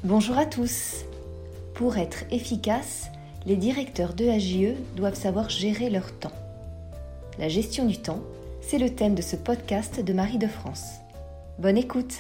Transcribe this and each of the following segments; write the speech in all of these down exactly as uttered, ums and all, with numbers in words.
Bonjour à tous. Pour être efficaces, les directeurs d'E A J E doivent savoir gérer leur temps. La gestion du temps, c'est le thème de ce podcast de Marie de France. Bonne écoute.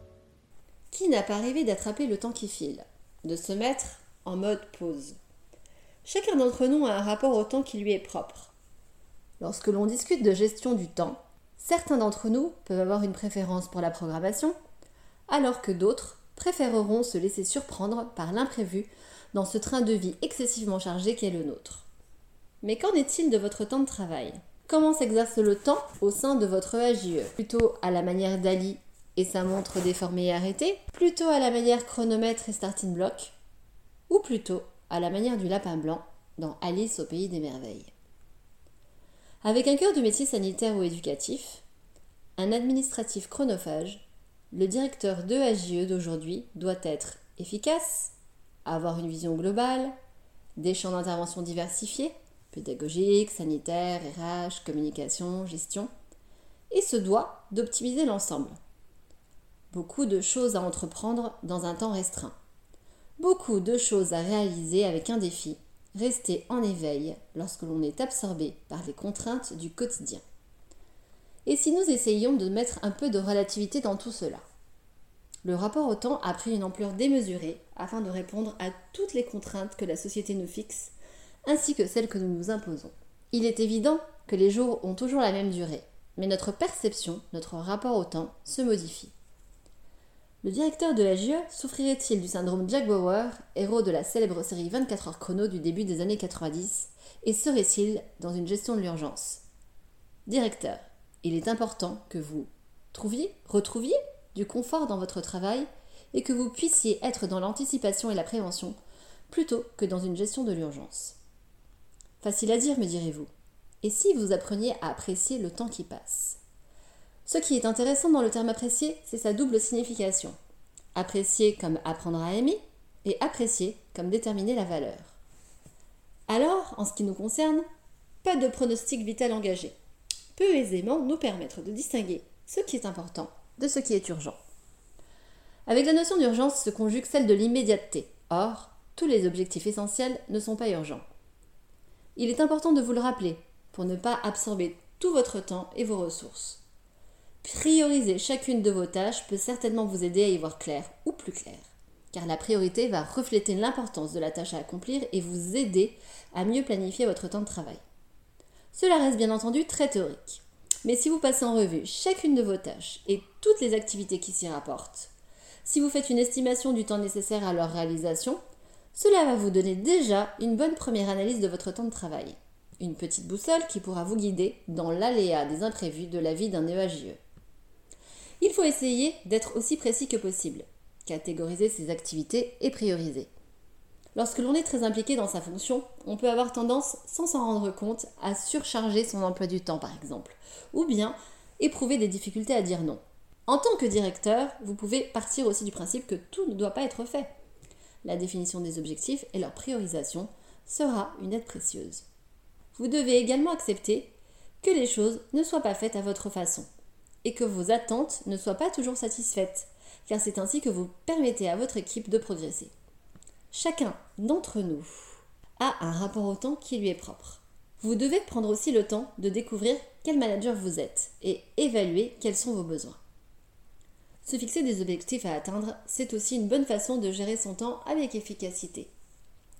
Qui n'a pas rêvé d'attraper le temps qui file, de se mettre en mode pause? Chacun d'entre nous a un rapport au temps qui lui est propre. Lorsque l'on discute de gestion du temps, certains d'entre nous peuvent avoir une préférence pour la programmation, alors que d'autres préféreront se laisser surprendre par l'imprévu dans ce train de vie excessivement chargé qu'est le nôtre. Mais qu'en est-il de votre temps de travail? Comment s'exerce le temps au sein de votre E A J E? Plutôt à la manière d'Ali et sa montre déformée et arrêtée? Plutôt à la manière chronomètre et starting block? Ou plutôt à la manière du lapin blanc dans Alice au pays des merveilles? Avec un cœur de métier sanitaire ou éducatif, un administratif chronophage, le directeur d'E A J E d'aujourd'hui doit être efficace, avoir une vision globale, des champs d'intervention diversifiés, pédagogique, sanitaire, R H, communication, gestion, et se doit d'optimiser l'ensemble. Beaucoup de choses à entreprendre dans un temps restreint. Beaucoup de choses à réaliser avec un défi, rester en éveil lorsque l'on est absorbé par les contraintes du quotidien. Et si nous essayions de mettre un peu de relativité dans tout cela? Le rapport au temps a pris une ampleur démesurée afin de répondre à toutes les contraintes que la société nous fixe, ainsi que celles que nous nous imposons. Il est évident que les jours ont toujours la même durée, mais notre perception, notre rapport au temps se modifie. Le directeur de l'E A J E souffrirait-il du syndrome Jack Bauer, héros de la célèbre série vingt-quatre heures chrono du début des années quatre-vingt-dix, et serait-il dans une gestion de l'urgence? Directeur, il est important que vous trouviez, retrouviez du confort dans votre travail et que vous puissiez être dans l'anticipation et la prévention plutôt que dans une gestion de l'urgence. Facile à dire, me direz-vous. Et si vous appreniez à apprécier le temps qui passe? Ce qui est intéressant dans le terme apprécier, c'est sa double signification. Apprécier comme apprendre à aimer et apprécier comme déterminer la valeur. Alors, en ce qui nous concerne, pas de pronostic vital engagé. Peut aisément nous permettre de distinguer ce qui est important de ce qui est urgent. Avec la notion d'urgence se conjugue celle de l'immédiateté. Or, tous les objectifs essentiels ne sont pas urgents. Il est important de vous le rappeler pour ne pas absorber tout votre temps et vos ressources. Prioriser chacune de vos tâches peut certainement vous aider à y voir clair ou plus clair, car la priorité va refléter l'importance de la tâche à accomplir et vous aider à mieux planifier votre temps de travail. Cela reste bien entendu très théorique. Mais si vous passez en revue chacune de vos tâches et toutes les activités qui s'y rapportent, si vous faites une estimation du temps nécessaire à leur réalisation, cela va vous donner déjà une bonne première analyse de votre temps de travail. Une petite boussole qui pourra vous guider dans l'aléa des imprévus de la vie d'un E A J E. Il faut essayer d'être aussi précis que possible, catégoriser ses activités et prioriser. Lorsque l'on est très impliqué dans sa fonction, on peut avoir tendance, sans s'en rendre compte, à surcharger son emploi du temps par exemple, ou bien éprouver des difficultés à dire non. En tant que directeur, vous pouvez partir aussi du principe que tout ne doit pas être fait. La définition des objectifs et leur priorisation sera une aide précieuse. Vous devez également accepter que les choses ne soient pas faites à votre façon, et que vos attentes ne soient pas toujours satisfaites, car c'est ainsi que vous permettez à votre équipe de progresser. Chacun d'entre nous a un rapport au temps qui lui est propre. Vous devez prendre aussi le temps de découvrir quel manager vous êtes et évaluer quels sont vos besoins. Se fixer des objectifs à atteindre, c'est aussi une bonne façon de gérer son temps avec efficacité. Pourquoi ?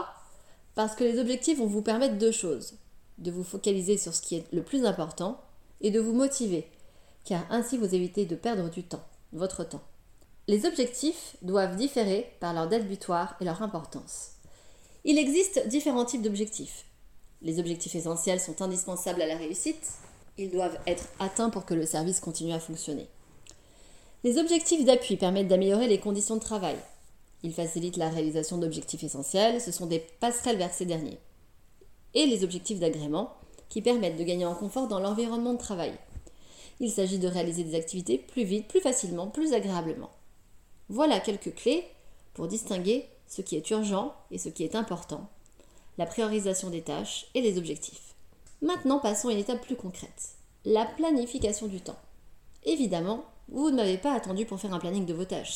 Parce que les objectifs vont vous permettre deux choses. De vous focaliser sur ce qui est le plus important et de vous motiver, car ainsi vous évitez de perdre du temps, votre temps. Les objectifs doivent différer par leur date butoir et leur importance. Il existe différents types d'objectifs. Les objectifs essentiels sont indispensables à la réussite. Ils doivent être atteints pour que le service continue à fonctionner. Les objectifs d'appui permettent d'améliorer les conditions de travail. Ils facilitent la réalisation d'objectifs essentiels, ce sont des passerelles vers ces derniers. Et les objectifs d'agrément qui permettent de gagner en confort dans l'environnement de travail. Il s'agit de réaliser des activités plus vite, plus facilement, plus agréablement. Voilà quelques clés pour distinguer ce qui est urgent et ce qui est important, la priorisation des tâches et les objectifs. Maintenant, passons à une étape plus concrète, la planification du temps. Évidemment, vous ne m'avez pas attendu pour faire un planning de vos tâches.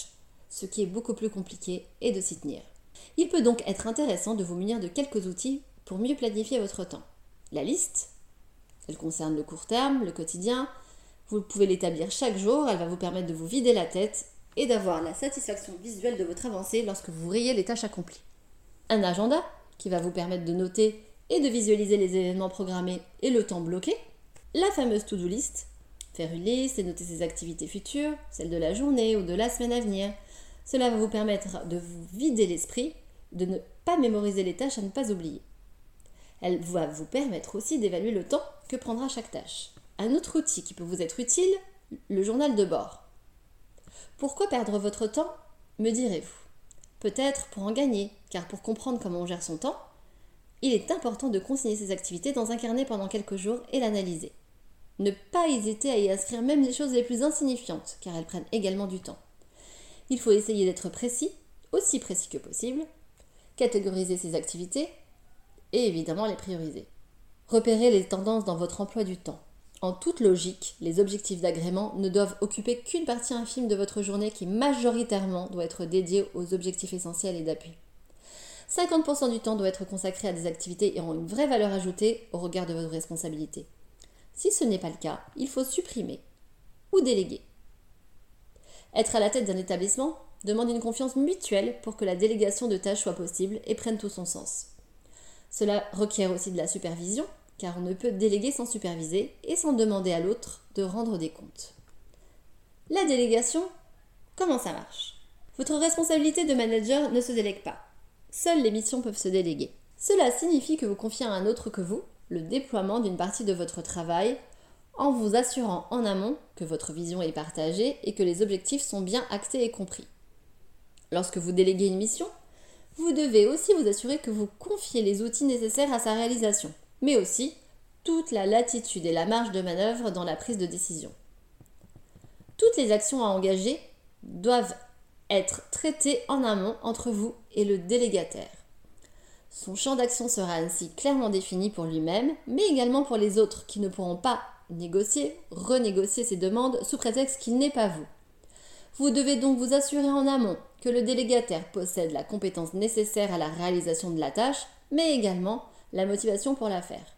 Ce qui est beaucoup plus compliqué est de s'y tenir. Il peut donc être intéressant de vous munir de quelques outils pour mieux planifier votre temps. La liste, elle concerne le court terme, le quotidien. Vous pouvez l'établir chaque jour, elle va vous permettre de vous vider la tête et d'avoir la satisfaction visuelle de votre avancée lorsque vous voyez les tâches accomplies. Un agenda qui va vous permettre de noter et de visualiser les événements programmés et le temps bloqué. La fameuse to-do list, faire une liste et noter ses activités futures, celles de la journée ou de la semaine à venir. Cela va vous permettre de vous vider l'esprit, de ne pas mémoriser les tâches à ne pas oublier. Elle va vous permettre aussi d'évaluer le temps que prendra chaque tâche. Un autre outil qui peut vous être utile, le journal de bord. Pourquoi perdre votre temps, me direz-vous ? Peut-être pour en gagner, car pour comprendre comment on gère son temps, il est important de consigner ses activités dans un carnet pendant quelques jours et l'analyser. Ne pas hésiter à y inscrire même les choses les plus insignifiantes, car elles prennent également du temps. Il faut essayer d'être précis, aussi précis que possible, catégoriser ses activités et évidemment les prioriser. Repérez les tendances dans votre emploi du temps. En toute logique, les objectifs d'agrément ne doivent occuper qu'une partie infime de votre journée qui majoritairement doit être dédiée aux objectifs essentiels et d'appui. cinquante pour cent du temps doit être consacré à des activités ayant une vraie valeur ajoutée au regard de vos responsabilités. Si ce n'est pas le cas, il faut supprimer ou déléguer. Être à la tête d'un établissement demande une confiance mutuelle pour que la délégation de tâches soit possible et prenne tout son sens. Cela requiert aussi de la supervision, car on ne peut déléguer sans superviser et sans demander à l'autre de rendre des comptes. La délégation, comment ça marche ? Votre responsabilité de manager ne se délègue pas. Seules les missions peuvent se déléguer. Cela signifie que vous confiez à un autre que vous le déploiement d'une partie de votre travail en vous assurant en amont que votre vision est partagée et que les objectifs sont bien actés et compris. Lorsque vous déléguez une mission, vous devez aussi vous assurer que vous confiez les outils nécessaires à sa réalisation, mais aussi toute la latitude et la marge de manœuvre dans la prise de décision. Toutes les actions à engager doivent être traitées en amont entre vous et le délégataire. Son champ d'action sera ainsi clairement défini pour lui-même, mais également pour les autres qui ne pourront pas négocier, renégocier ses demandes sous prétexte qu'il n'est pas vous. Vous devez donc vous assurer en amont que le délégataire possède la compétence nécessaire à la réalisation de la tâche, mais également la motivation pour la faire.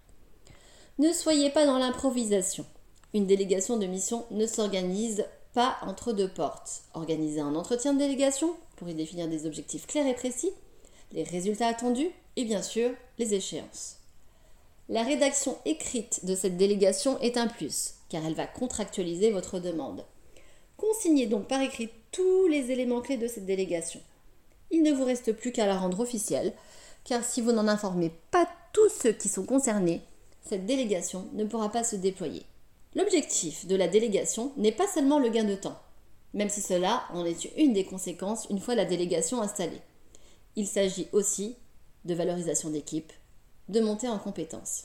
Ne soyez pas dans l'improvisation. Une délégation de mission ne s'organise pas entre deux portes. Organisez un entretien de délégation pour y définir des objectifs clairs et précis, les résultats attendus et bien sûr les échéances. La rédaction écrite de cette délégation est un plus, car elle va contractualiser votre demande. Consignez donc par écrit tous les éléments clés de cette délégation. Il ne vous reste plus qu'à la rendre officielle, car si vous n'en informez pas tous ceux qui sont concernés, cette délégation ne pourra pas se déployer. L'objectif de la délégation n'est pas seulement le gain de temps, même si cela en est une des conséquences une fois la délégation installée. Il s'agit aussi de valorisation d'équipe, de montée en compétences.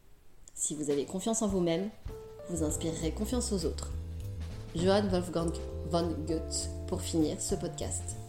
Si vous avez confiance en vous-même, vous inspirerez confiance aux autres. Johann Wolfgang von Goethe pour finir ce podcast.